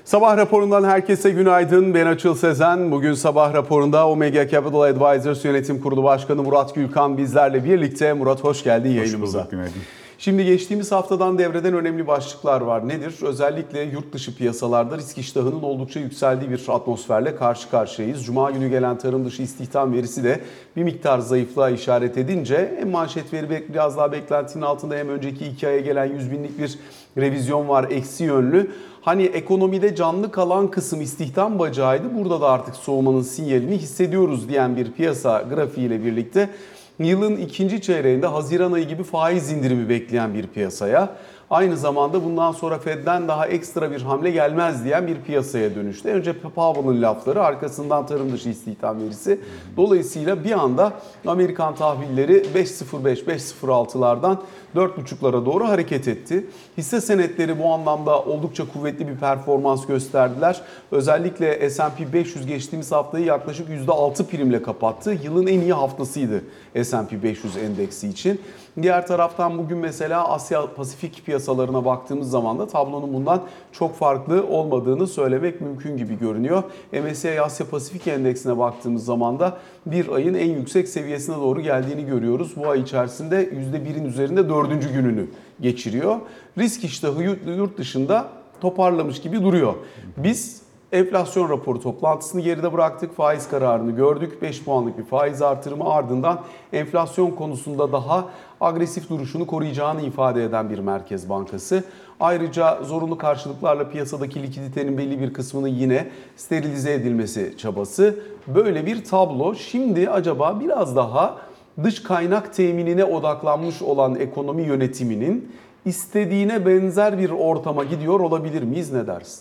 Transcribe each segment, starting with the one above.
Sabah raporundan herkese günaydın. Ben Açıl Sezen. Bugün sabah raporunda Omega Capital Advisors Yönetim Kurulu Başkanı Murat Gülkan bizlerle birlikte. Murat hoş geldin yayınımıza. Hoş bulduk, günaydın. Şimdi geçtiğimiz haftadan devreden önemli başlıklar var. Nedir? Özellikle yurt dışı piyasalarda risk iştahının oldukça yükseldiği bir atmosferle karşı karşıyayız. Cuma günü gelen tarım dışı istihdam verisi de bir miktar zayıflığa işaret edince hem manşet veri biraz daha beklentinin altında hem önceki 2 aya gelen 100 binlik bir revizyon var eksi yönlü. Hani ekonomide canlı kalan kısım istihdam bacağıydı. Burada da artık soğumanın sinyalini hissediyoruz diyen bir piyasa grafiğiyle birlikte yılın ikinci çeyreğinde Haziran ayı gibi faiz indirimi bekleyen bir piyasaya, aynı zamanda bundan sonra Fed'den daha ekstra bir hamle gelmez diyen bir piyasaya dönüştü. Önce Powell'ın lafları, arkasından tarım dışı istihdam verisi. Dolayısıyla bir anda Amerikan tahvilleri 5.05-5.06'lardan 4.5'lara doğru hareket etti. Hisse senetleri bu anlamda oldukça kuvvetli bir performans gösterdiler. Özellikle S&P 500 geçtiğimiz haftayı yaklaşık %6 primle kapattı. Yılın en iyi haftasıydı S&P 500 endeksi için. Diğer taraftan bugün mesela Asya Pasifik piyasalarına baktığımız zaman da tablonun bundan çok farklı olmadığını söylemek mümkün gibi görünüyor. MSCI Asya Pasifik endeksine baktığımız zaman da bir ayın en yüksek seviyesine doğru geldiğini görüyoruz. Bu ay içerisinde %1'in üzerinde 4. gününü geçiriyor. Risk iştahı yurt dışında toparlamış gibi duruyor. Biz enflasyon raporu toplantısını geride bıraktık. Faiz kararını gördük. 5 puanlık bir faiz artırımı ardından enflasyon konusunda daha agresif duruşunu koruyacağını ifade eden bir Merkez Bankası. Ayrıca zorunlu karşılıklarla piyasadaki likiditenin belli bir kısmının yine sterilize edilmesi çabası. Böyle bir tablo. Şimdi acaba biraz daha dış kaynak teminine odaklanmış olan ekonomi yönetiminin istediğine benzer bir ortama gidiyor olabilir miyiz? Ne dersin?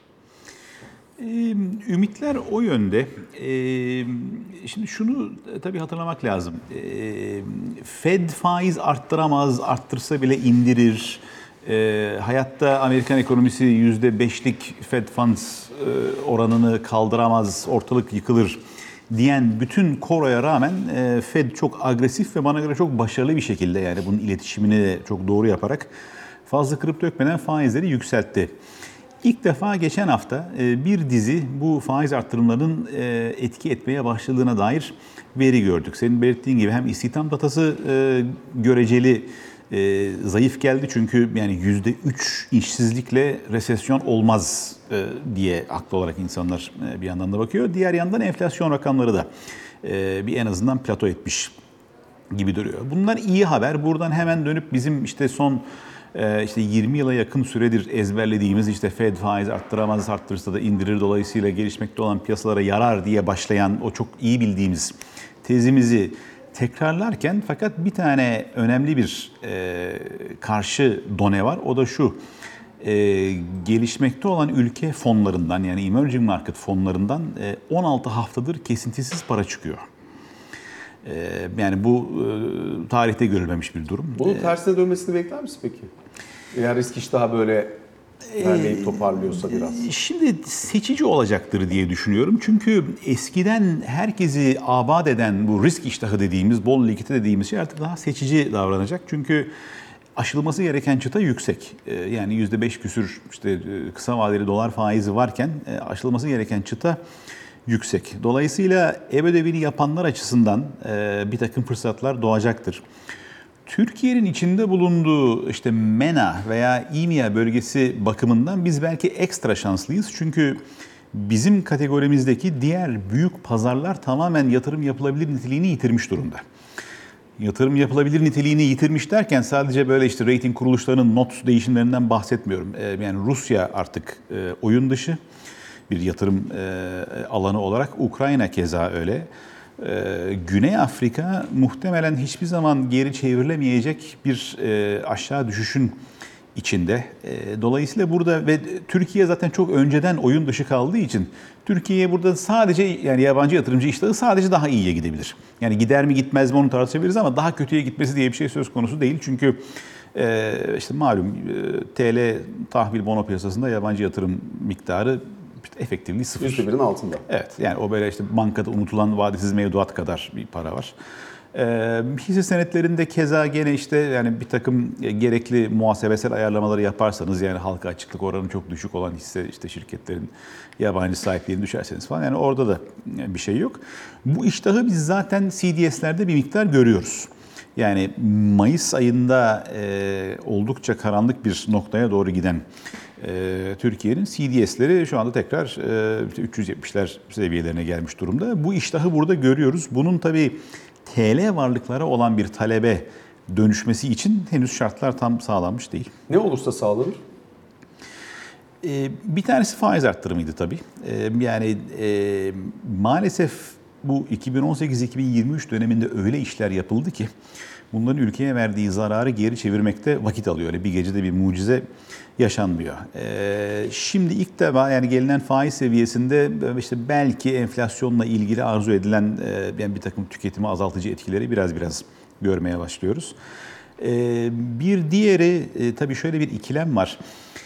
Ümitler o yönde. Şimdi şunu tabii hatırlamak lazım. Fed faiz arttıramaz, arttırsa bile indirir. Hayatta Amerikan ekonomisi %5'lik Fed Funds oranını kaldıramaz, ortalık yıkılır diyen bütün koroya rağmen Fed çok agresif ve bana göre çok başarılı bir şekilde, yani bunun iletişimini de çok doğru yaparak fazla kırıp dökmeden faizleri yükseltti. İlk defa geçen hafta bir dizi bu faiz arttırımlarının etki etmeye başladığına dair veri gördük. Senin belirttiğin gibi hem istihdam datası göreceli zayıf geldi, çünkü yani %3 işsizlikle resesyon olmaz diye haklı olarak insanlar bir yandan da bakıyor. Diğer yandan enflasyon rakamları da bir en azından plato etmiş gibi duruyor. Bunlar iyi haber. Buradan hemen dönüp bizim işte son 20 yıla yakın süredir ezberlediğimiz Fed faiz arttıramaz, arttırırsa da indirir, dolayısıyla gelişmekte olan piyasalara yarar diye başlayan o çok iyi bildiğimiz tezimizi tekrarlarken, fakat bir tane önemli bir karşı done var. O da şu: gelişmekte olan ülke fonlarından, yani emerging market fonlarından 16 haftadır kesintisiz para çıkıyor. Yani bu tarihte görülmemiş bir durum. Bunun tersine dönmesini bekler misin peki? Eğer risk iştahı böyle derleyip toparlıyorsa biraz. Şimdi seçici olacaktır diye düşünüyorum. Çünkü eskiden herkesi abat eden bu risk iştahı dediğimiz, bol likidite dediğimiz şey artık daha seçici davranacak. Çünkü aşılması gereken çıta yüksek. Yani %5 küsür kısa vadeli dolar faizi varken aşılması gereken çıta yüksek. Dolayısıyla ev ödevini yapanlar açısından bir takım fırsatlar doğacaktır. Türkiye'nin içinde bulunduğu MENA veya İMEA bölgesi bakımından biz belki ekstra şanslıyız. Çünkü bizim kategorimizdeki diğer büyük pazarlar tamamen yatırım yapılabilir niteliğini yitirmiş durumda. Yatırım yapılabilir niteliğini yitirmiş derken sadece böyle rating kuruluşlarının not değişimlerinden bahsetmiyorum. Yani Rusya artık oyun dışı bir yatırım alanı olarak, Ukrayna keza öyle. Güney Afrika muhtemelen hiçbir zaman geri çevrilemeyecek bir aşağı düşüşün içinde. Dolayısıyla burada ve Türkiye zaten çok önceden oyun dışı kaldığı için Türkiye'ye burada sadece, yani yabancı yatırımcı iştahı sadece daha iyiye gidebilir. Yani gider mi gitmez mi onu tartışabiliriz ama daha kötüye gitmesi diye bir şey söz konusu değil. Çünkü malum TL tahvil bono piyasasında yabancı yatırım miktarı efektifliği sıfır. %1'in altında. Evet, yani o böyle bankada unutulan vadesiz mevduat kadar bir para var. Hisse senetlerinde keza gene işte yani bir takım gerekli muhasebesel ayarlamaları yaparsanız, yani halka açıklık oranı çok düşük olan hisse işte şirketlerin yabancı sahipliğini düşerseniz falan, yani orada da bir şey yok. Bu iştahı biz zaten CDS'lerde bir miktar görüyoruz. Yani Mayıs ayında oldukça karanlık bir noktaya doğru giden Türkiye'nin CDS'leri şu anda tekrar 370'ler seviyelerine gelmiş durumda. Bu iştahı burada görüyoruz. Bunun tabii TL varlıklara olan bir talebe dönüşmesi için henüz şartlar tam sağlanmış değil. Ne olursa sağlanır? Bir tanesi faiz arttırımıydı tabii. Yani maalesef bu 2018-2023 döneminde öyle işler yapıldı ki bunların ülkeye verdiği zararı geri çevirmekte vakit alıyor. Öyle bir gecede bir mucize yaşanmıyor. Şimdi ilk defa yani gelinen faiz seviyesinde işte belki enflasyonla ilgili arzu edilen yani bir takım tüketimi azaltıcı etkileri biraz görmeye başlıyoruz. Bir diğeri tabii şöyle bir ikilem var.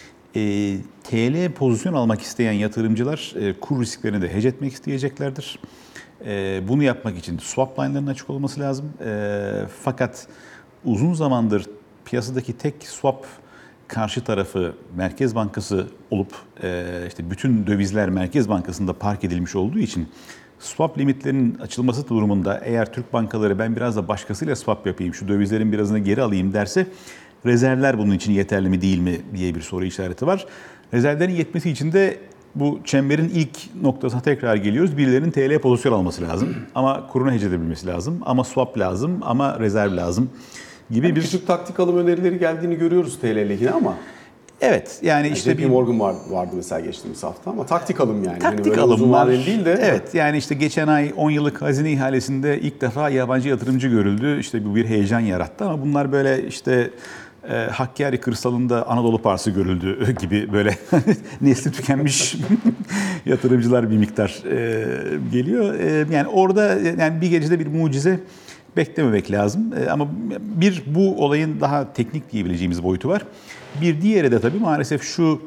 TL pozisyon almak isteyen yatırımcılar kur risklerini de hedge etmek isteyeceklerdir. Bunu yapmak için swap line'ların açık olması lazım. Fakat uzun zamandır piyasadaki tek swap karşı tarafı Merkez Bankası olup işte bütün dövizler Merkez Bankası'nda park edilmiş olduğu için swap limitlerinin açılması durumunda eğer Türk bankaları ben biraz da başkasıyla swap yapayım, şu dövizlerin birazını geri alayım derse rezervler bunun için yeterli mi değil mi diye bir soru işareti var. Rezervlerin yetmesi için de bu çemberin ilk noktasına tekrar geliyoruz. Birilerinin TL pozisyon alması lazım. Ama kurunu hedge edebilmesi lazım. Ama swap lazım. Ama rezerv lazım gibi Yani bir... küçük taktik alım önerileri geldiğini görüyoruz TL lehine ama. Evet yani işte JP Morgan vardı mesela geçtiğimiz hafta ama taktik alım yani. Taktik hani alımlar değil de. Evet yani işte geçen ay 10 yıllık hazine ihalesinde ilk defa yabancı yatırımcı görüldü. İşte bu bir heyecan yarattı ama bunlar böyle işte Hakkari kırsalında Anadolu Parsı görüldü gibi böyle nesli tükenmiş yatırımcılar bir miktar geliyor. Yani orada yani bir gecede bir mucize beklememek lazım. Ama bir bu olayın daha teknik diyebileceğimiz boyutu var. Bir diğeri de tabii maalesef şu,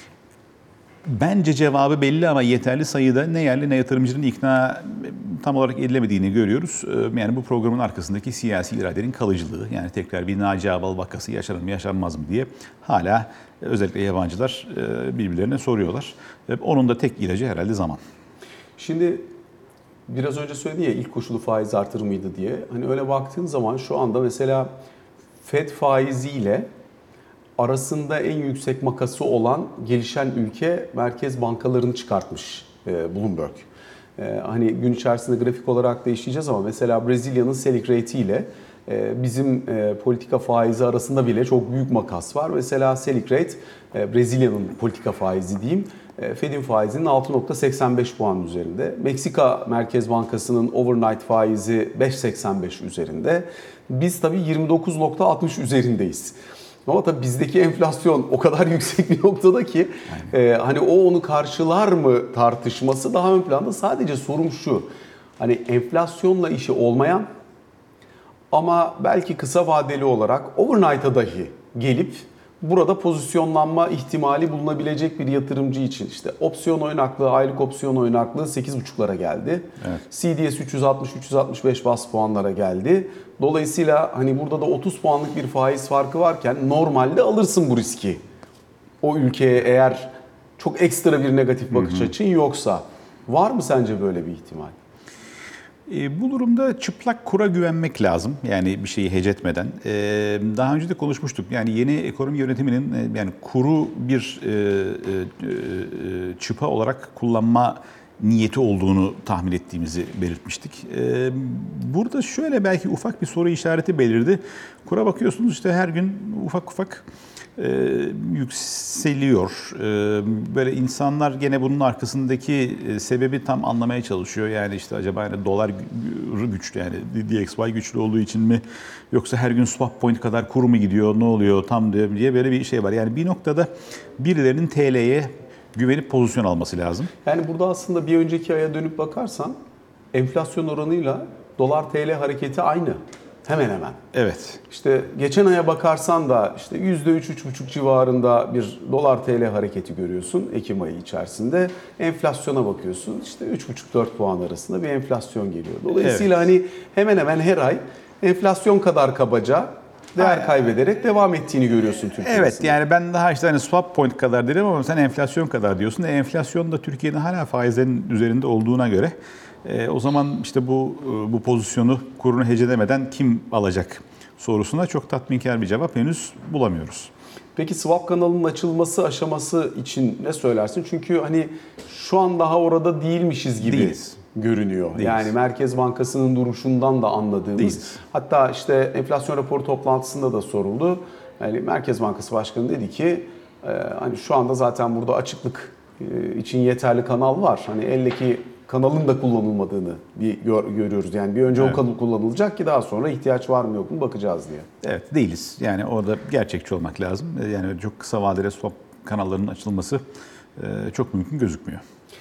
bence cevabı belli ama yeterli sayıda ne yerli ne yatırımcının ikna tam olarak edilemediğini görüyoruz. Yani bu programın arkasındaki siyasi iradenin kalıcılığı, yani tekrar bir Naci Ağbal vakası yaşanır mı yaşanmaz mı diye hala özellikle yabancılar birbirlerine soruyorlar. Onun da tek ilacı herhalde zaman. Şimdi biraz önce söyledin ya ilk koşulu faiz artırımıydı diye. Hani öyle baktığın zaman şu anda mesela FED faiziyle arasında en yüksek makası olan gelişen ülke merkez bankalarını çıkartmış Bloomberg. Hani gün içerisinde grafik olarak da işleyeceğiz ama mesela Brezilya'nın Selic rate ile bizim politika faizi arasında bile çok büyük makas var. Mesela Selic rate Brezilya'nın politika faizi diyeyim. Fed'in faizinin 6.85 puan üzerinde. Meksika Merkez Bankası'nın overnight faizi 5.85 üzerinde. Biz tabii 29.60 üzerindeyiz. Ama tabii bizdeki enflasyon o kadar yüksek bir noktada ki hani o onu karşılar mı tartışması daha ön planda. Sadece sorum şu, hani enflasyonla işi olmayan ama belki kısa vadeli olarak overnight'a dahi gelip burada pozisyonlanma ihtimali bulunabilecek bir yatırımcı için işte opsiyon oynaklığı, aylık opsiyon oynaklığı 8.5'lara geldi. Evet. CDS 360-365 bas puanlara geldi. Dolayısıyla hani burada da 30 puanlık bir faiz farkı varken normalde alırsın bu riski. O ülkeye eğer çok ekstra bir negatif bakış açın yoksa. Var mı sence böyle bir ihtimal? Bu durumda çıplak kura güvenmek lazım. Yani bir şeyi hedge etmeden. Daha önce de konuşmuştuk. Yani yeni ekonomi yönetiminin yani kuru bir çıpa olarak kullanma niyeti olduğunu tahmin ettiğimizi belirtmiştik. Burada şöyle belki ufak bir soru işareti belirdi. Kura bakıyorsunuz işte her gün ufak yükseliyor. Böyle insanlar gene bunun arkasındaki sebebi tam anlamaya çalışıyor. Yani işte acaba yani dolar güçlü, yani DXY güçlü olduğu için mi, yoksa her gün swap point kadar kuru mu gidiyor, ne oluyor tam diye böyle bir şey var. Yani bir noktada birilerinin TL'ye güvenip pozisyon alması lazım. Yani burada aslında bir önceki aya dönüp bakarsan enflasyon oranıyla dolar TL hareketi aynı. Hemen hemen. Evet. İşte geçen aya bakarsan da işte %3-3,5 civarında bir dolar TL hareketi görüyorsun Ekim ayı içerisinde. Enflasyona bakıyorsun işte 3,5-4 puan arasında bir enflasyon geliyor. Dolayısıyla hani hemen hemen her ay enflasyon kadar kabaca değer kaybederek devam ettiğini görüyorsun Türkiye'de. Evet, yani ben daha işte hani swap point kadar derim ama sen enflasyon kadar diyorsun. Enflasyon da Türkiye'nin hala faizlerin üzerinde olduğuna göre o zaman işte bu pozisyonu, kurunu hecelemeden kim alacak sorusuna çok tatminkar bir cevap henüz bulamıyoruz. Peki swap kanalının açılması aşaması için ne söylersin? Çünkü hani şu an daha orada değilmişiz gibi Değiliz. görünüyor. Değiliz. Yani Merkez Bankası'nın duruşundan da anladığımız. Değiliz. Hatta işte enflasyon raporu toplantısında da soruldu. Yani Merkez Bankası Başkanı dedi ki hani şu anda zaten burada açıklık için yeterli kanal var. Hani eldeki kanalın da kullanılmadığını görüyoruz. Yani bir önce o kanal kullanılacak ki daha sonra ihtiyaç var mı yok mu bakacağız diye. Evet, değiliz. Yani orada gerçekçi olmak lazım. Yani çok kısa vadeli swap kanallarının açılması çok mümkün gözükmüyor.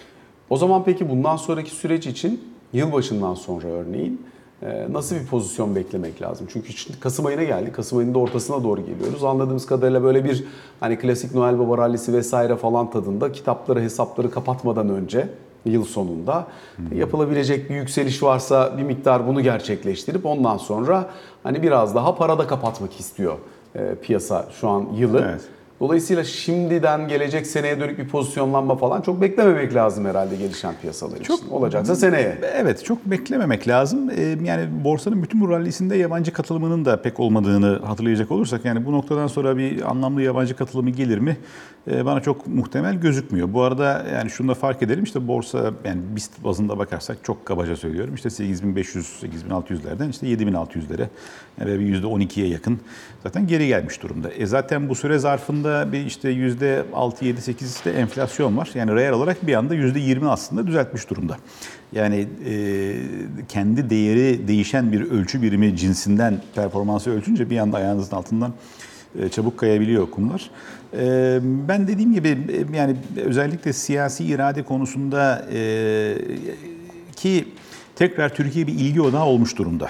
O zaman peki bundan sonraki süreç için yılbaşından sonra örneğin nasıl bir pozisyon beklemek lazım? Çünkü şimdi Kasım ayına geldik. Kasım ayının da ortasına doğru geliyoruz. Anladığımız kadarıyla böyle bir hani klasik Noel Baba rallisi vesaire falan tadında kitapları, hesapları kapatmadan önce yıl sonunda yapılabilecek bir yükseliş varsa bir miktar bunu gerçekleştirip ondan sonra hani biraz daha parada kapatmak istiyor piyasa şu an yılı. Evet. Dolayısıyla şimdiden gelecek seneye dönük bir pozisyonlanma falan çok beklememek lazım herhalde gelişen piyasalar için. Olacaksa seneye. Evet, çok beklememek lazım. Yani borsanın bütün bu rallisinde yabancı katılımının da pek olmadığını hatırlayacak olursak, yani bu noktadan sonra bir anlamlı yabancı katılımı gelir mi? Bana çok muhtemel gözükmüyor. Bu arada yani şunu da fark edelim, işte borsa, yani BIST bazında bakarsak çok kabaca söylüyorum, işte 8.500-8.600'lerden işte 7.600'lere ve bir %12'ye yakın zaten geri gelmiş durumda. Zaten bu süre zarfında bir işte %6-7-8'de enflasyon var. Yani reel olarak bir anda %20 aslında düzeltmiş durumda. Yani kendi değeri değişen bir ölçü birimi cinsinden performansı ölçünce bir anda ayağınızın altından çabuk kayabiliyor kumlar. Ben dediğim gibi yani özellikle siyasi irade konusunda ki tekrar Türkiye bir ilgi odağı olmuş durumda.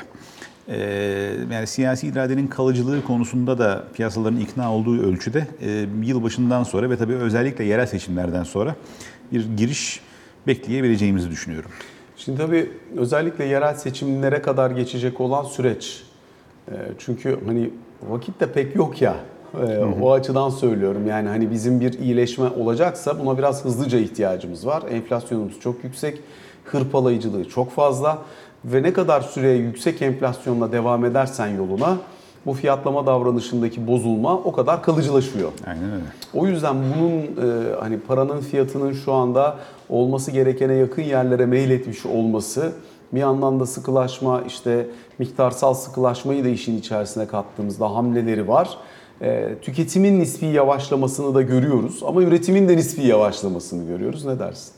Yani siyasi iradenin kalıcılığı konusunda da piyasaların ikna olduğu ölçüde yılbaşından sonra ve tabii özellikle yerel seçimlerden sonra bir giriş bekleyebileceğimizi düşünüyorum. Şimdi tabii özellikle yerel seçimlere kadar geçecek olan süreç. Çünkü hani vakit de pek yok ya. O açıdan söylüyorum. Yani hani bizim bir iyileşme olacaksa buna biraz hızlıca ihtiyacımız var. Enflasyonumuz çok yüksek, hırpalayıcılığı çok fazla ve ne kadar süreye yüksek enflasyonla devam edersen yoluna bu fiyatlama davranışındaki bozulma o kadar kalıcılaşıyor. Aynen öyle. O yüzden bunun hani paranın fiyatının şu anda olması gerekene yakın yerlere meyletmiş olması, bir yandan da sıkılaşma, işte miktarsal sıkılaşmayı da işin içerisine kattığımızda hamleleri var. Tüketimin nispi yavaşlamasını da görüyoruz ama üretimin de nispi yavaşlamasını görüyoruz. Ne dersin?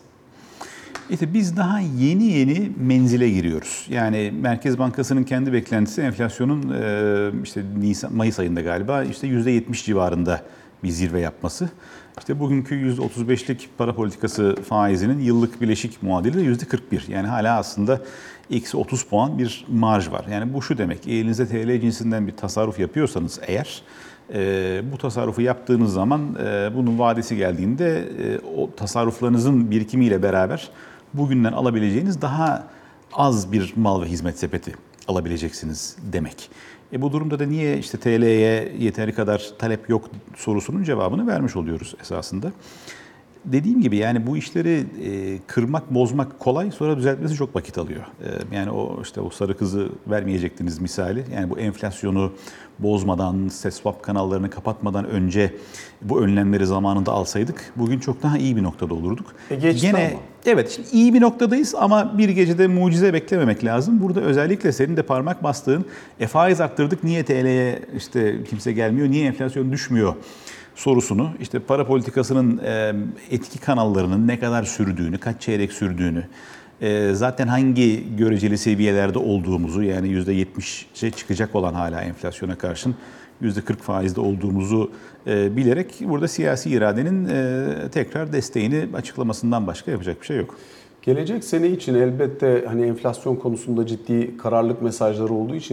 İşte biz daha yeni menzile giriyoruz. Yani Merkez Bankası'nın kendi beklentisi enflasyonun işte Mayıs ayında galiba işte %70 civarında bir zirve yapması. İşte bugünkü %35'lik para politikası faizinin yıllık bileşik muadili de %41. Yani hala aslında eksi 30 puan bir marj var. Yani bu şu demek: elinizde TL cinsinden bir tasarruf yapıyorsanız eğer, bu tasarrufu yaptığınız zaman bunun vadesi geldiğinde o tasarruflarınızın birikimiyle beraber bugünden alabileceğiniz daha az bir mal ve hizmet sepeti alabileceksiniz demek. Bu durumda da niye işte TL'ye yeteri kadar talep yok sorusunun cevabını vermiş oluyoruz esasında. Dediğim gibi yani bu işleri kırmak, bozmak kolay, sonra düzeltmesi çok vakit alıyor. Yani o sarı kızı vermeyecektiniz misali. Yani bu enflasyonu bozmadan, swap kanallarını kapatmadan önce bu önlemleri zamanında alsaydık bugün çok daha iyi bir noktada olurduk. Geçti ama. Evet, şimdi iyi bir noktadayız ama bir gecede mucize beklememek lazım. Burada özellikle senin de parmak bastığın faiz arttırdık, niye TL'ye işte kimse gelmiyor, niye enflasyon düşmüyor sorusunu, işte para politikasının etki kanallarının ne kadar sürdüğünü, kaç çeyrek sürdüğünü, zaten hangi göreceli seviyelerde olduğumuzu, yani %70'e çıkacak olan hala enflasyona karşın %40 faizde olduğumuzu bilerek burada siyasi iradenin tekrar desteğini açıklamasından başka yapacak bir şey yok. Gelecek sene için elbette hani enflasyon konusunda ciddi kararlılık mesajları olduğu için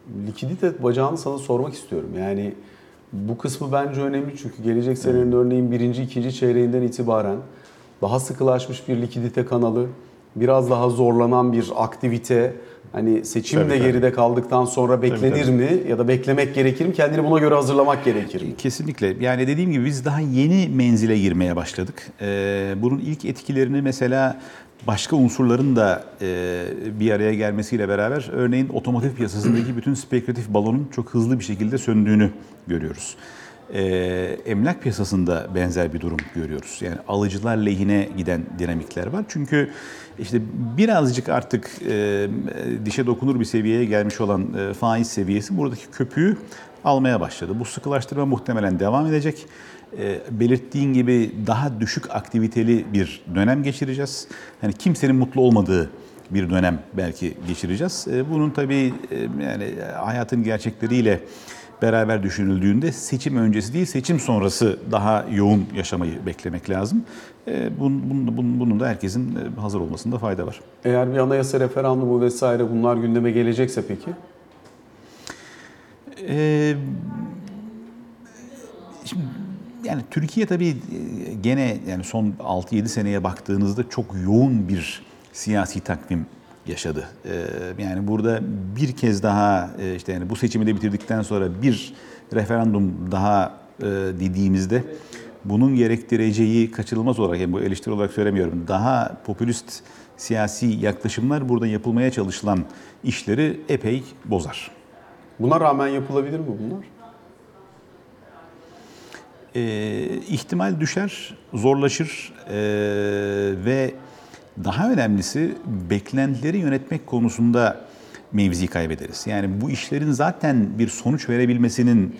likidite bacağını sana sormak istiyorum. Yani bu kısmı bence önemli çünkü gelecek senenin örneğin birinci, ikinci çeyreğinden itibaren daha sıkılaşmış bir likidite kanalı, biraz daha zorlanan bir aktivite, hani seçim de Tabii. geride kaldıktan sonra beklenir mi ya da beklemek gerekir mi? Kendini buna göre hazırlamak gerekir mi? Kesinlikle. Yani dediğim gibi biz daha yeni menzile girmeye başladık. Bunun ilk etkilerini mesela başka unsurların da bir araya gelmesiyle beraber örneğin otomotiv piyasasındaki bütün spekülatif balonun çok hızlı bir şekilde söndüğünü görüyoruz. Emlak piyasasında benzer bir durum görüyoruz. Yani alıcılar lehine giden dinamikler var. Çünkü işte birazcık artık dişe dokunur bir seviyeye gelmiş olan faiz seviyesi buradaki köpüğü almaya başladı. Bu sıkılaştırma muhtemelen devam edecek. Belirttiğin gibi daha düşük aktiviteli bir dönem geçireceğiz. Hani kimsenin mutlu olmadığı bir dönem belki geçireceğiz. Bunun tabii yani hayatın gerçekleriyle beraber düşünüldüğünde seçim öncesi değil seçim sonrası daha yoğun yaşamayı beklemek lazım. Bunun da herkesin hazır olmasında fayda var. Eğer bir anayasa referandumu vesaire bunlar gündeme gelecekse peki? Şimdi yani Türkiye tabii gene yani son 6-7 seneye baktığınızda çok yoğun bir siyasi takvim yaşadı. Yani burada bir kez daha işte yani bu seçimi de bitirdikten sonra bir referandum daha dediğimizde bunun gerektireceği kaçınılmaz olarak yani bu eleştiri olarak söylemiyorum. Daha popülist siyasi yaklaşımlar burada yapılmaya çalışılan işleri epey bozar. Buna rağmen yapılabilir mi bunlar? İhtimal düşer, zorlaşır ve daha önemlisi beklentileri yönetmek konusunda mevzi kaybederiz. Yani bu işlerin zaten bir sonuç verebilmesinin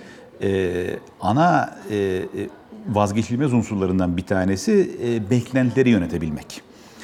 ana vazgeçilmez unsurlarından bir tanesi beklentileri yönetebilmek.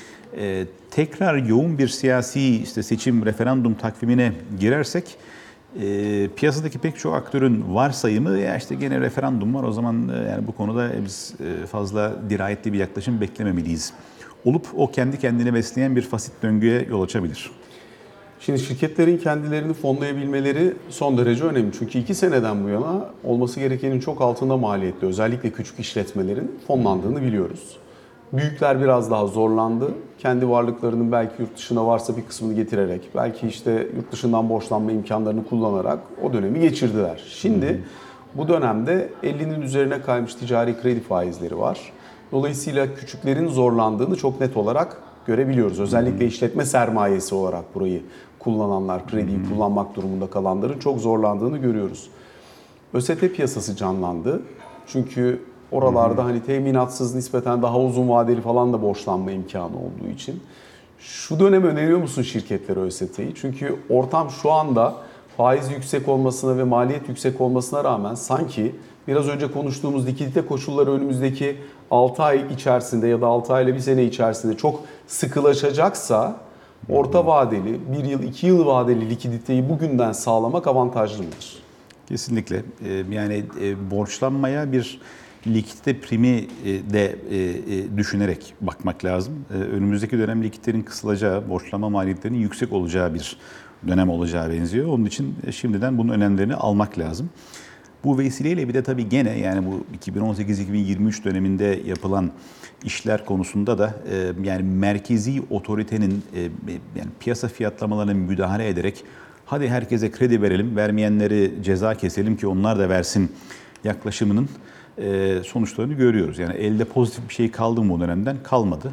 Tekrar yoğun bir siyasi işte seçim, referandum takvimine girersek piyasadaki pek çok aktörün varsayımı ya işte gene referandum var o zaman yani bu konuda biz fazla dirayetli bir yaklaşım beklememeliyiz olup o kendi kendini besleyen bir fasit döngüye yol açabilir. Şimdi şirketlerin kendilerini fonlayabilmeleri son derece önemli. Çünkü 2 seneden bu yana olması gerekenin çok altında maliyetli özellikle küçük işletmelerin fonlandığını biliyoruz. Büyükler biraz daha zorlandı. Kendi varlıklarının belki yurt dışına varsa bir kısmını getirerek, belki işte yurt dışından borçlanma imkanlarını kullanarak o dönemi geçirdiler. Şimdi bu dönemde 50'nin üzerine kaymış ticari kredi faizleri var. Dolayısıyla küçüklerin zorlandığını çok net olarak görebiliyoruz. Özellikle işletme sermayesi olarak burayı kullananlar, krediyi kullanmak durumunda kalanların çok zorlandığını görüyoruz. ÖST piyasası canlandı. Çünkü oralarda hani teminatsız nispeten daha uzun vadeli falan da borçlanma imkanı olduğu için. Şu dönem öneriyor musun şirketlere ÖST'yi? Çünkü ortam şu anda faiz yüksek olmasına ve maliyet yüksek olmasına rağmen sanki biraz önce konuştuğumuz likidite koşulları önümüzdeki 6 ay içerisinde ya da 6 ay ile 1 sene içerisinde çok sıkılaşacaksa orta vadeli, 1 yıl, 2 yıl vadeli likiditeyi bugünden sağlamak avantajlı mıdır? Kesinlikle. Yani borçlanmaya bir likidite primi de düşünerek bakmak lazım. Önümüzdeki dönem likiditenin kısılacağı, borçlanma maliyetlerinin yüksek olacağı bir dönem olacağı benziyor. Onun için şimdiden bunun önlemlerini almak lazım. Bu vesileyle bir de tabii gene yani bu 2018-2023 döneminde yapılan işler konusunda da yani merkezi otoritenin yani piyasa fiyatlamalarına müdahale ederek hadi herkese kredi verelim, vermeyenleri ceza keselim ki onlar da versin yaklaşımının sonuçlarını görüyoruz. Yani elde pozitif bir şey kaldı mı o dönemden? Kalmadı.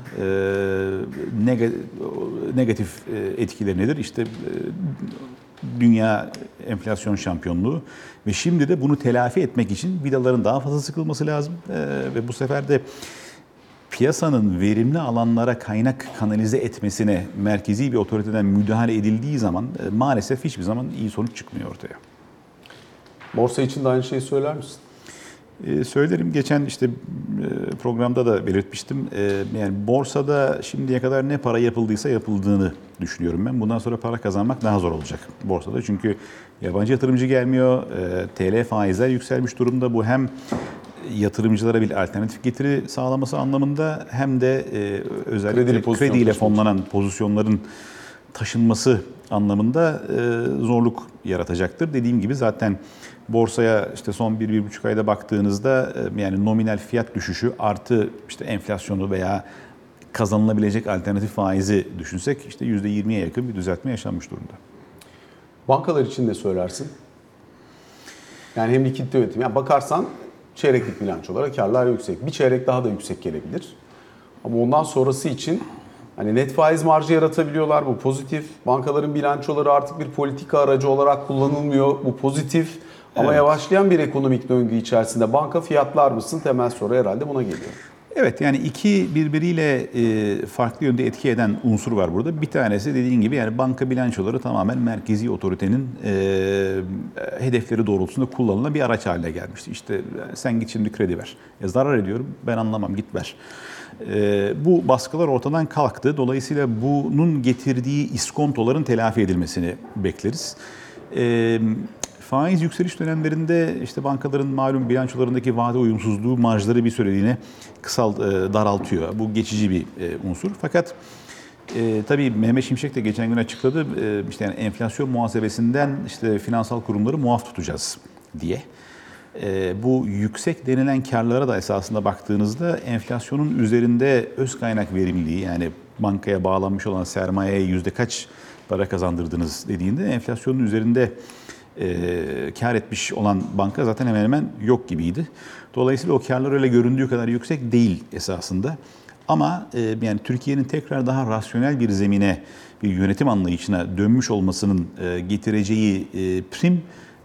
Negatif etkileri nedir? İşte dünya enflasyon şampiyonluğu ve şimdi de bunu telafi etmek için vidaların daha fazla sıkılması lazım ve bu sefer de piyasanın verimli alanlara kaynak kanalize etmesine merkezi bir otoriteden müdahale edildiği zaman maalesef hiçbir zaman iyi sonuç çıkmıyor ortaya. Borsa için de aynı şeyi söyler misin? Söylerim. Geçen işte programda da belirtmiştim. Yani borsada şimdiye kadar ne para yapıldıysa yapıldığını düşünüyorum ben. Bundan sonra para kazanmak daha zor olacak borsada. Çünkü yabancı yatırımcı gelmiyor. TL faizler yükselmiş durumda. Bu hem yatırımcılara bir alternatif getiri sağlaması anlamında hem de özellikle krediyle fonlanan pozisyonların taşınması anlamında zorluk yaratacaktır. Dediğim gibi zaten borsaya işte son 1-1,5 ayda baktığınızda yani nominal fiyat düşüşü artı işte enflasyonu veya kazanılabilecek alternatif faizi düşünsek işte %20'ye yakın bir düzeltme yaşanmış durumda. Bankalar için ne söylersin? Yani hem likidite yönetimi. Yani bakarsan çeyreklik bilançolara karlar yüksek. Bir çeyrek daha da yüksek gelebilir. Ama ondan sonrası için hani net faiz marjı yaratabiliyorlar. Bu pozitif. Bankaların bilançoları artık bir politika aracı olarak kullanılmıyor. Bu pozitif. Ama Evet. yavaşlayan bir ekonomik döngü içerisinde banka fiyatlar mısın? Temel soru herhalde buna geliyor. Evet, yani iki birbiriyle farklı yönde etki eden unsur var burada. Bir tanesi dediğin gibi yani banka bilançoları tamamen merkezi otoritenin hedefleri doğrultusunda kullanılan bir araç haline gelmişti. İşte sen git şimdi kredi ver. Zarar ediyorum, ben anlamam, git ver. Bu baskılar ortadan kalktı. Dolayısıyla bunun getirdiği iskontoların telafi edilmesini bekleriz. Faiz yükseliş dönemlerinde işte bankaların malum bilançolarındaki vade uyumsuzluğu marjları bir süreliğine daraltıyor. Bu geçici bir unsur. Fakat tabii Mehmet Şimşek de geçen gün açıkladı. İşte yani enflasyon muhasebesinden işte finansal kurumları muaf tutacağız diye. Bu yüksek denilen karlara da esasında baktığınızda enflasyonun üzerinde öz kaynak verimliliği yani bankaya bağlanmış olan sermayeye yüzde kaç para kazandırdınız dediğinde enflasyonun üzerinde kar etmiş olan banka zaten hemen hemen yok gibiydi. Dolayısıyla o karlar öyle göründüğü kadar yüksek değil esasında. Ama yani Türkiye'nin tekrar daha rasyonel bir zemine, bir yönetim anlayışına dönmüş olmasının getireceği prim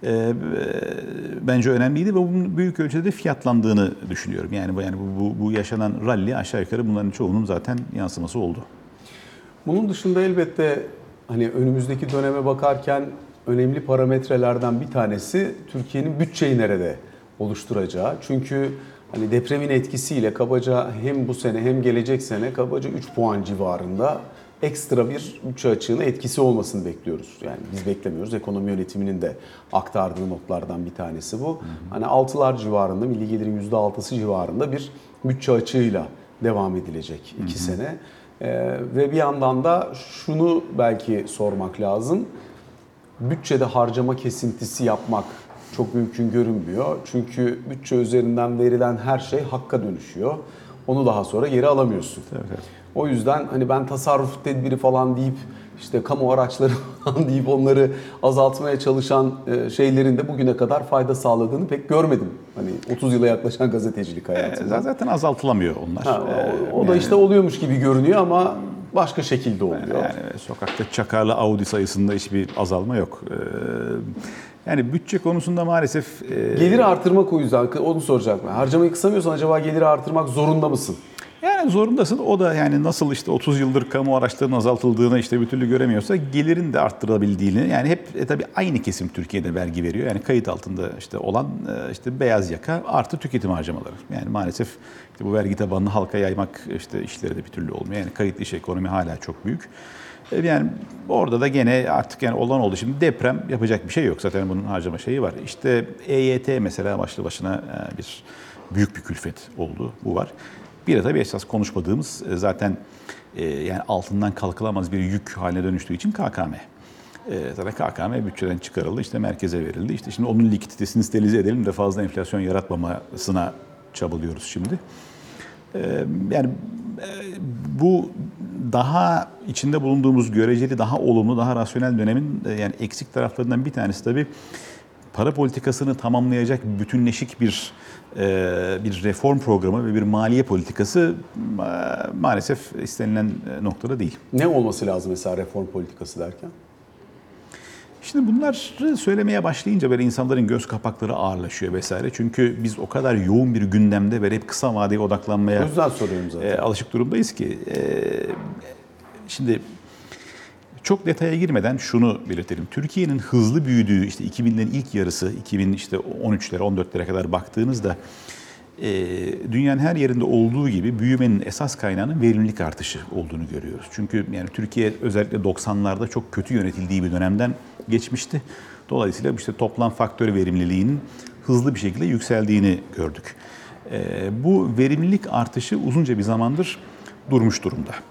bence önemliydi ve bunun büyük ölçüde de fiyatlandığını düşünüyorum. Yani bu yaşanan rally aşağı yukarı bunların çoğunun zaten yansıması oldu. Bunun dışında elbette hani önümüzdeki döneme bakarken önemli parametrelerden bir tanesi Türkiye'nin bütçeyi nerede oluşturacağı. Çünkü hani depremin etkisiyle kabaca hem bu sene hem gelecek sene kabaca 3 puan civarında ekstra bir bütçe açığına etkisi olmasını bekliyoruz. Yani biz beklemiyoruz. Ekonomi yönetiminin de aktardığı notlardan bir tanesi bu. Hani 6'lar civarında, milli gelirin %6'sı civarında bir bütçe açığıyla devam edilecek 2 sene. Ve bir yandan da şunu belki sormak lazım. Bütçede harcama kesintisi yapmak çok mümkün görünmüyor. Çünkü bütçe üzerinden verilen her şey hakka dönüşüyor. Onu daha sonra geri alamıyorsun. Evet. O yüzden hani ben tasarruf tedbiri falan deyip işte kamu araçları falan deyip onları azaltmaya çalışan şeylerin de bugüne kadar fayda sağladığını pek görmedim. Hani 30 yıla yaklaşan gazetecilik hayatında. Zaten azaltılamıyor onlar. O da işte oluyormuş gibi görünüyor ama başka şekilde oluyor. Yani sokakta çakarlı Audi sayısında hiçbir azalma yok. Yani bütçe konusunda maalesef... Geliri artırmak o yüzden onu soracaktım. Harcamayı kısamıyorsan acaba geliri artırmak zorunda mısın? Yani zorundasın. O da yani nasıl işte 30 yıldır kamu araçlarının azaltıldığını işte bir türlü göremiyorsa gelirin de arttırılabildiğini yani hep tabii aynı kesim Türkiye'de vergi veriyor. Yani kayıt altında işte olan işte beyaz yaka artı tüketim harcamaları. Yani maalesef işte bu vergi tabanını halka yaymak işte işleri de bir türlü olmuyor. Yani kayıtlı iş ekonomi hala çok büyük. Yani orada da gene artık yani olan oldu. Şimdi deprem yapacak bir şey yok. Zaten bunun harcama şeyi var. İşte EYT mesela başlı başına bir büyük bir külfet oldu. Bu var. Bir de tabii esas konuşmadığımız zaten yani altından kalkılamaz bir yük haline dönüştüğü için KKM. Zaten KKM bütçeden çıkarıldı, işte merkeze verildi. İşte şimdi onun likiditesini sterilize edelim de fazla enflasyon yaratmamasına çabalıyoruz şimdi. Yani bu daha içinde bulunduğumuz göreceli, daha olumlu, daha rasyonel dönemin yani eksik taraflarından bir tanesi tabii para politikasını tamamlayacak bütünleşik bir reform programı ve bir maliye politikası maalesef istenilen noktada değil. Ne olması lazım mesela reform politikası derken? Şimdi bunları söylemeye başlayınca böyle insanların göz kapakları ağırlaşıyor vesaire. Çünkü biz o kadar yoğun bir gündemde ve hep kısa vadeye odaklanmaya O yüzden soruyorum zaten. Alışık durumdayız ki. Şimdi çok detaya girmeden şunu belirtelim. Türkiye'nin hızlı büyüdüğü işte 2000'lerin ilk yarısı, 2013'lere 14'lere kadar baktığınızda dünyanın her yerinde olduğu gibi büyümenin esas kaynağının verimlilik artışı olduğunu görüyoruz. Çünkü yani Türkiye özellikle 90'larda çok kötü yönetildiği bir dönemden geçmişti. Dolayısıyla işte toplam faktör verimliliğinin hızlı bir şekilde yükseldiğini gördük. Bu verimlilik artışı uzunca bir zamandır durmuş durumda.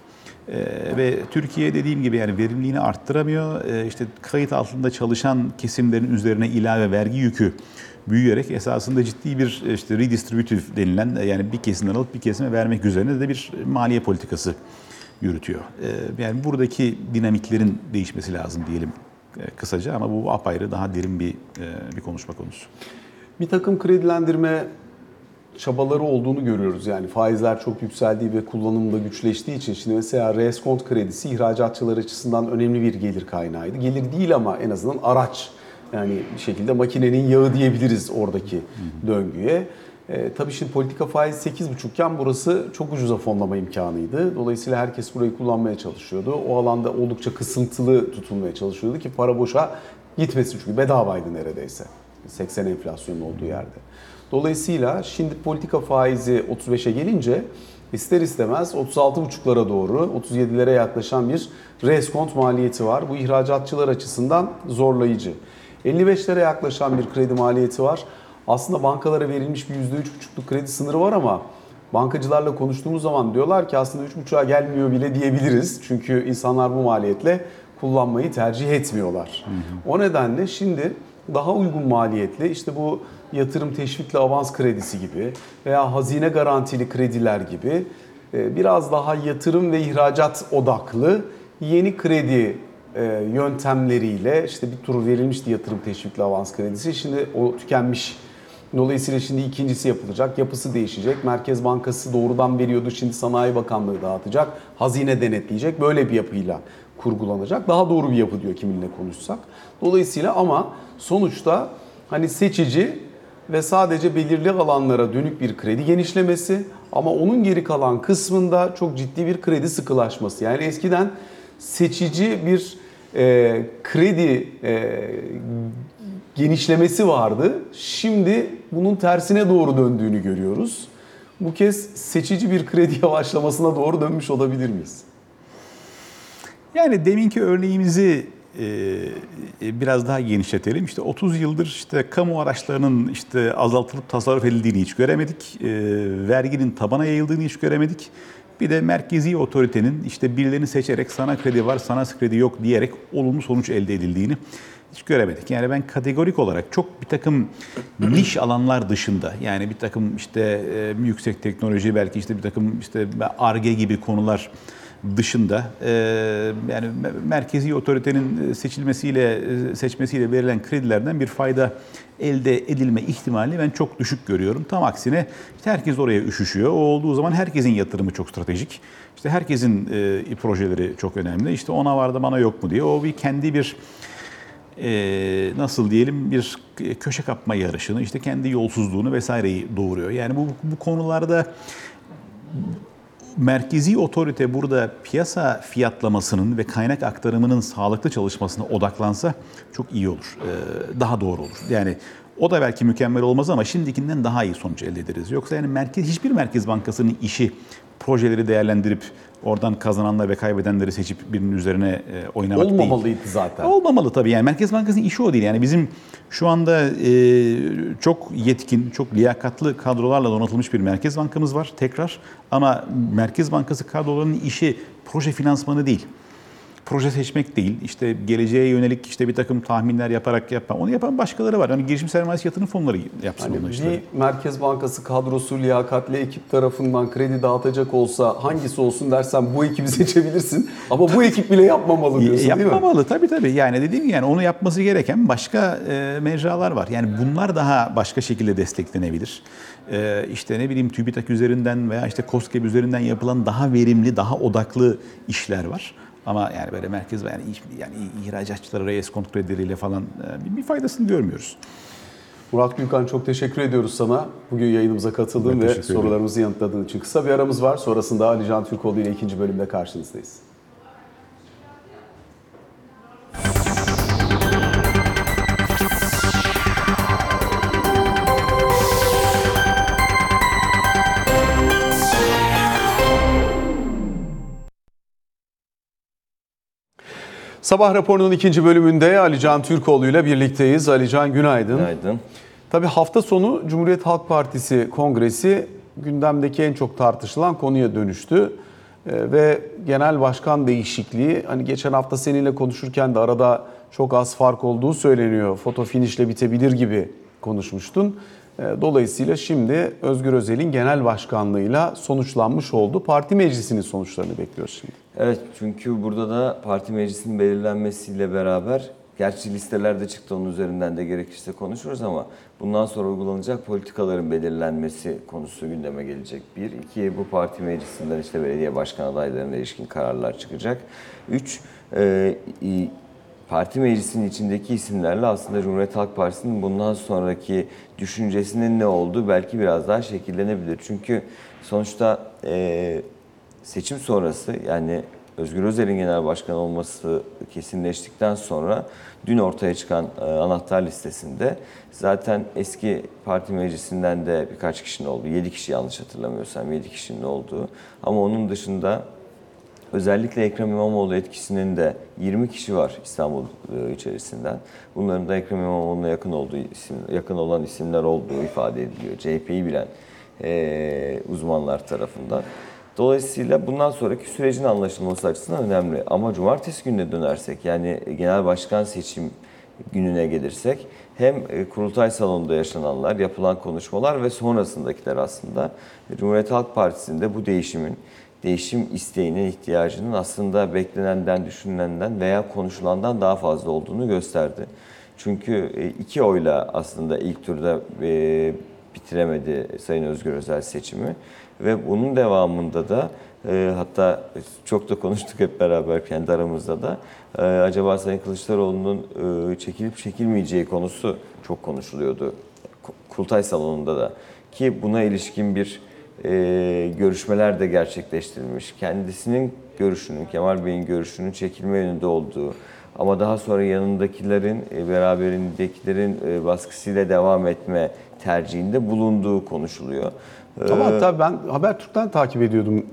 Ve Türkiye dediğim gibi yani verimliliğini arttıramıyor. İşte kayıt altında çalışan kesimlerin üzerine ilave vergi yükü büyüyerek esasında ciddi bir işte redistributive denilen yani bir kesimden alıp bir kesime vermek üzerine de bir maliye politikası yürütüyor. Yani buradaki dinamiklerin değişmesi lazım diyelim kısaca ama bu apayrı daha derin bir konuşma konusu. Bir takım kredilendirme çabaları olduğunu görüyoruz. Yani faizler çok yükseldiği ve kullanımda güçleştiği için şimdi mesela reskont kredisi ihracatçılar açısından önemli bir gelir kaynağıydı. Gelir değil ama en azından araç. Yani bir şekilde makinenin yağı diyebiliriz oradaki döngüye. Tabii şimdi politika faizi 8,5 iken burası çok ucuza fonlama imkanıydı. Dolayısıyla herkes burayı kullanmaya çalışıyordu. O alanda oldukça kısıntılı tutulmaya çalışıyordu ki para boşa gitmesin çünkü bedavaydı neredeyse. 80 enflasyonun olduğu yerde. Dolayısıyla şimdi politika faizi 35'e gelince ister istemez 36,5'lara doğru 37'lere yaklaşan bir reskont maliyeti var. Bu ihracatçılar açısından zorlayıcı. 55'lere yaklaşan bir kredi maliyeti var. Aslında bankalara verilmiş bir %3,5'luk kredi sınırı var ama bankacılarla konuştuğumuz zaman diyorlar ki aslında 3,5'a gelmiyor bile diyebiliriz. Çünkü insanlar bu maliyetle kullanmayı tercih etmiyorlar. O nedenle şimdi daha uygun maliyetli işte bu yatırım teşvikli avans kredisi gibi veya hazine garantili krediler gibi biraz daha yatırım ve ihracat odaklı yeni kredi yöntemleriyle işte bir tur verilmişti yatırım teşvikli avans kredisi. Şimdi o tükenmiş. Dolayısıyla şimdi ikincisi yapılacak. Yapısı değişecek. Merkez Bankası doğrudan veriyordu. Şimdi Sanayi Bakanlığı dağıtacak. Hazine denetleyecek. Böyle bir yapıyla kurgulanacak. Daha doğru bir yapı diyor kiminle konuşsak. Dolayısıyla ama sonuçta hani seçici ve sadece belirli alanlara dönük bir kredi genişlemesi ama onun geri kalan kısmında çok ciddi bir kredi sıkılaşması. Yani eskiden seçici bir kredi genişlemesi vardı. Şimdi bunun tersine doğru döndüğünü görüyoruz. Bu kez seçici bir kredi yavaşlamasına doğru dönmüş olabilir miyiz? Yani deminki örneğimizi biraz daha genişletelim. İşte 30 yıldır işte kamu araçlarının işte azaltılıp tasarruf edildiğini hiç göremedik. Verginin tabana yayıldığını hiç göremedik. Bir de merkezi otoritenin işte birilerini seçerek sana kredi var, sana kredi yok diyerek olumlu sonuç elde edildiğini hiç göremedik. Yani ben kategorik olarak çok bir takım niş alanlar dışında yani bir takım işte yüksek teknoloji belki işte bir takım işte Ar-Ge gibi konular dışında yani merkezi otoritenin seçmesiyle verilen kredilerden bir fayda elde edilme ihtimali ben çok düşük görüyorum. Tam aksine işte herkes oraya üşüşüyor. O olduğu zaman herkesin yatırımı çok stratejik. İşte herkesin projeleri çok önemli. İşte ona var da bana yok mu diye. O bir kendi bir nasıl diyelim bir köşe kapma yarışını, işte kendi yolsuzluğunu vesaireyi doğuruyor. Yani bu konularda merkezi otorite burada piyasa fiyatlamasının ve kaynak aktarımının sağlıklı çalışmasına odaklansa çok iyi olur. Daha doğru olur. Yani o da belki mükemmel olmaz ama şimdikinden daha iyi sonuç elde ederiz. Yoksa yani hiçbir merkez bankasının işi projeleri değerlendirip oradan kazananlar ve kaybedenleri seçip birinin üzerine oynamak değil. Olmamalıydı zaten. Olmamalı tabii. Yani Merkez Bankası'nın işi o değil. Yani bizim şu anda çok yetkin, çok liyakatlı kadrolarla donatılmış bir Merkez Bankamız var tekrar. Ama Merkez Bankası kadrolarının işi proje finansmanı değil. Proje seçmek değil, işte geleceğe yönelik işte bir takım tahminler yaparak yapma. Onu yapan başkaları var. Yani girişim sermayesi yatırım fonları yapsın hani onu işte. Bir Merkez Bankası kadrosu liyakatli ekip tarafından kredi dağıtacak olsa hangisi olsun dersen bu ekibi seçebilirsin. Ama bu ekip bile yapmamalı diyorsun değil mi? Yapmamalı tabii. Yani dediğim gibi yani onu yapması gereken başka mecralar var. Yani bunlar daha başka şekilde desteklenebilir. İşte ne bileyim TÜBİTAK üzerinden veya işte KOSGEB üzerinden yapılan daha verimli, daha odaklı işler var. Ama yani böyle merkez yani ihracatçılara reskont kredileriyle falan bir faydasını görmüyoruz. Murat Gülkan çok teşekkür ediyoruz sana. Bugün yayınımıza katıldığın ve sorularımızı yanıtladığın için. Kısa bir aramız var. Sonrasında Ali Can Türkoğlu ile ikinci bölümde karşınızdayız. Sabah raporunun ikinci bölümünde Ali Can Türkoğlu ile birlikteyiz. Ali Can günaydın. Günaydın. Tabii hafta sonu Cumhuriyet Halk Partisi Kongresi gündemdeki en çok tartışılan konuya dönüştü. Ve genel başkan değişikliği, hani geçen hafta seninle konuşurken de arada çok az fark olduğu söyleniyor. Foto finişle bitebilir gibi konuşmuştun. Dolayısıyla şimdi Özgür Özel'in genel başkanlığıyla sonuçlanmış oldu. Parti meclisinin sonuçlarını bekliyoruz şimdi. Evet, çünkü burada da parti meclisinin belirlenmesiyle beraber, gerçi listeler de çıktı, onun üzerinden de gerekirse konuşuruz ama bundan sonra uygulanacak politikaların belirlenmesi konusu gündeme gelecek. Bir, iki, bu parti meclisinden işte belediye başkan adaylarına ilişkin kararlar çıkacak. Üç, parti meclisinin içindeki isimlerle aslında Cumhuriyet Halk Partisi'nin bundan sonraki düşüncesinin ne olduğu belki biraz daha şekillenebilir. Çünkü sonuçta seçim sonrası, yani Özgür Özel'in genel başkan olması kesinleştikten sonra dün ortaya çıkan anahtar listesinde zaten eski parti meclisinden de birkaç kişinin olduğu, 7 kişi yanlış hatırlamıyorsam 7 kişinin olduğu, ama onun dışında özellikle Ekrem İmamoğlu etkisinin de 20 kişi var İstanbul içerisinden. Bunların da Ekrem İmamoğlu'na yakın olan isimler olduğu ifade ediliyor. CHP'yi bilen uzmanlar tarafından. Dolayısıyla bundan sonraki sürecin anlaşılması açısından önemli. Ama cumartesi gününe dönersek, yani genel başkan seçim gününe gelirsek, hem kurultay salonunda yaşananlar, yapılan konuşmalar ve sonrasındakiler aslında Cumhuriyet Halk Partisi'nde bu değişim isteğinin, ihtiyacının aslında beklenenden, düşünülenden veya konuşulandan daha fazla olduğunu gösterdi. Çünkü 2 oyla aslında ilk turda bitiremedi Sayın Özgür Özel seçimi ve bunun devamında da hatta çok da konuştuk hep beraber kendi aramızda da acaba Sayın Kılıçdaroğlu'nun çekilip çekilmeyeceği konusu çok konuşuluyordu kurultay salonunda da, ki buna ilişkin bir görüşmeler de gerçekleştirilmiş. Kendisinin görüşünün, Kemal Bey'in görüşünün çekilme yönünde olduğu ama daha sonra yanındakilerin, beraberindekilerin baskısıyla devam etme tercihinde bulunduğu konuşuluyor. Ama hatta ben Habertürk'ten takip ediyordum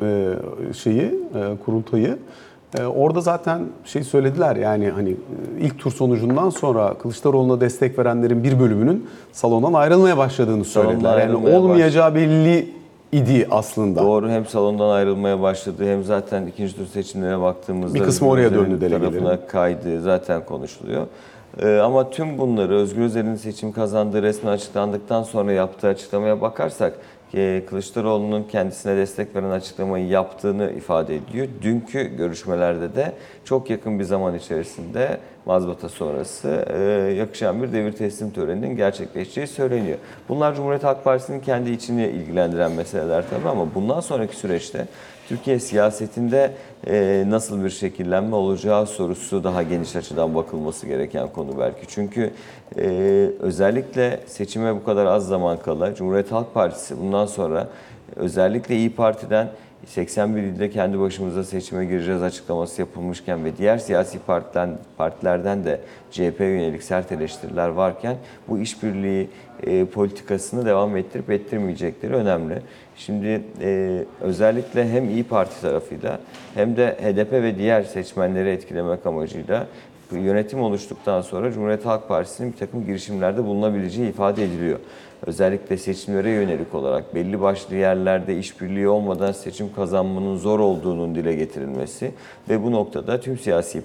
kurultayı. Orada zaten söylediler, yani hani ilk tur sonucundan sonra Kılıçdaroğlu'na destek verenlerin bir bölümünün salondan ayrılmaya başladığını söylediler. Yani olmayacağı belli idi aslında. Doğru, hem salondan ayrılmaya başladı hem zaten ikinci tur seçimlere baktığımızda bir kısmı oraya döndü, delegelerin tarafına kaydı zaten konuşuluyor. Ama tüm bunları Özgür Özel'in seçim kazandığı resmen açıklandıktan sonra yaptığı açıklamaya bakarsak, Kılıçdaroğlu'nun kendisine destek veren açıklamayı yaptığını ifade ediyor. Dünkü görüşmelerde de çok yakın bir zaman içerisinde mazbata sonrası yakışan bir devir teslim töreninin gerçekleşeceği söyleniyor. Bunlar Cumhuriyet Halk Partisi'nin kendi içini ilgilendiren meseleler tabii, ama bundan sonraki süreçte Türkiye siyasetinde nasıl bir şekillenme olacağı sorusu daha geniş açıdan bakılması gereken konu belki. Çünkü özellikle seçime bu kadar az zaman kala Cumhuriyet Halk Partisi bundan sonra özellikle İYİ Parti'den 81 ilde kendi başımıza seçime gireceğiz açıklaması yapılmışken ve diğer siyasi partilerden de CHP'ye yönelik sert eleştiriler varken bu işbirliği politikasını devam ettirip ettirmeyecekleri önemli. Şimdi özellikle hem İYİ Parti tarafıyla hem de HDP ve diğer seçmenleri etkilemek amacıyla yönetim oluştuktan sonra Cumhuriyet Halk Partisi'nin bir takım girişimlerde bulunabileceği ifade ediliyor. Özellikle seçimlere yönelik olarak belli başlı yerlerde işbirliği olmadan seçim kazanmanın zor olduğunun dile getirilmesi ve bu noktada tüm siyasi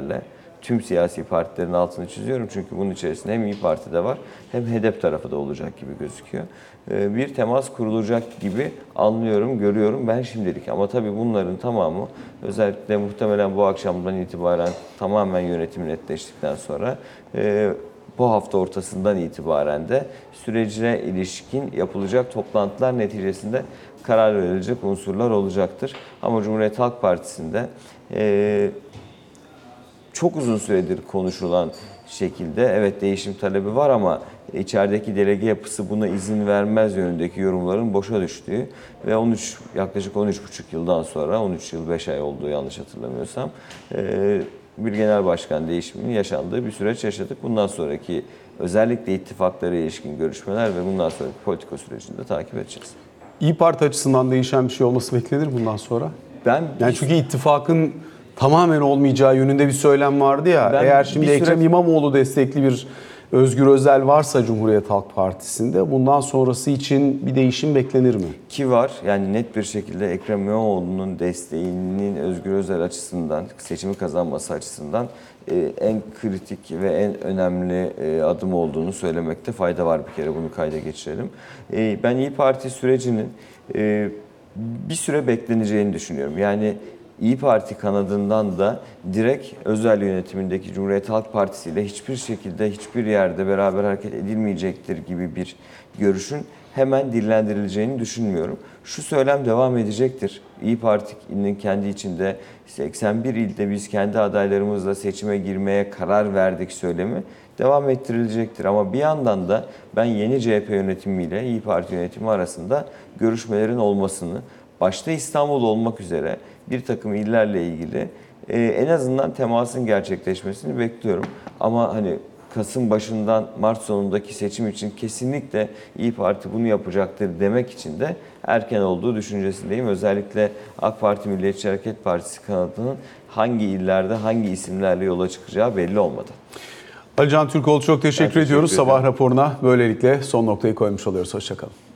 partilerin altını çiziyorum çünkü bunun içerisinde hem İYİ Parti'de var hem HDP tarafı da olacak gibi gözüküyor. Bir temas kurulacak gibi anlıyorum, görüyorum ben şimdilik. Ama tabii bunların tamamı özellikle muhtemelen bu akşamdan itibaren tamamen yönetimi netleştikten sonra bu hafta ortasından itibaren de sürece ilişkin yapılacak toplantılar neticesinde karar verilecek unsurlar olacaktır. Ama Cumhuriyet Halk Partisi'nde çok uzun süredir konuşulan şekilde evet değişim talebi var ama içerideki delege yapısı buna izin vermez yönündeki yorumların boşa düştüğü ve yaklaşık 13,5 yıldan sonra 13 yıl 5 ay olduğu yanlış hatırlamıyorsam bir genel başkan değişiminin yaşandığı bir süreç yaşadık. Bundan sonraki özellikle ittifaklara ilişkin görüşmeler ve bundan sonraki politika sürecini de takip edeceğiz. İYİ Parti açısından değişen bir şey olması beklenir bundan sonra. Çünkü ittifakın tamamen olmayacağı yönünde bir söylem vardı ya. Eğer şimdi Ekrem İmamoğlu destekli bir Özgür Özel varsa Cumhuriyet Halk Partisi'nde bundan sonrası için bir değişim beklenir mi? Ki var, yani net bir şekilde Ekrem İmamoğlu'nun desteğinin Özgür Özel açısından, seçimi kazanması açısından en kritik ve en önemli adım olduğunu söylemekte fayda var, bir kere bunu kayda geçirelim. Ben İYİ Parti sürecinin bir süre bekleneceğini düşünüyorum. Yani İYİ Parti kanadından da direkt Özel yönetimindeki Cumhuriyet Halk Partisi ile hiçbir şekilde hiçbir yerde beraber hareket edilmeyecektir gibi bir görüşün hemen dillendirileceğini düşünmüyorum. Şu söylem devam edecektir. İYİ Parti'nin kendi içinde 81 ilde biz kendi adaylarımızla seçime girmeye karar verdik söylemi devam ettirilecektir. Ama bir yandan da ben yeni CHP yönetimiyle İYİ Parti yönetimi arasında görüşmelerin olmasını, başta İstanbul olmak üzere bir takım illerle ilgili en azından temasın gerçekleşmesini bekliyorum. Ama hani Kasım başından Mart sonundaki seçim için kesinlikle İYİ Parti bunu yapacaktır demek için de erken olduğu düşüncesindeyim. Özellikle AK Parti Milliyetçi Hareket Partisi kanadının hangi illerde hangi isimlerle yola çıkacağı belli olmadı. Ali Can Türkoğlu çok teşekkür ediyoruz. ederim. Sabah raporuna böylelikle son noktayı koymuş oluyoruz. Hoşça kalın.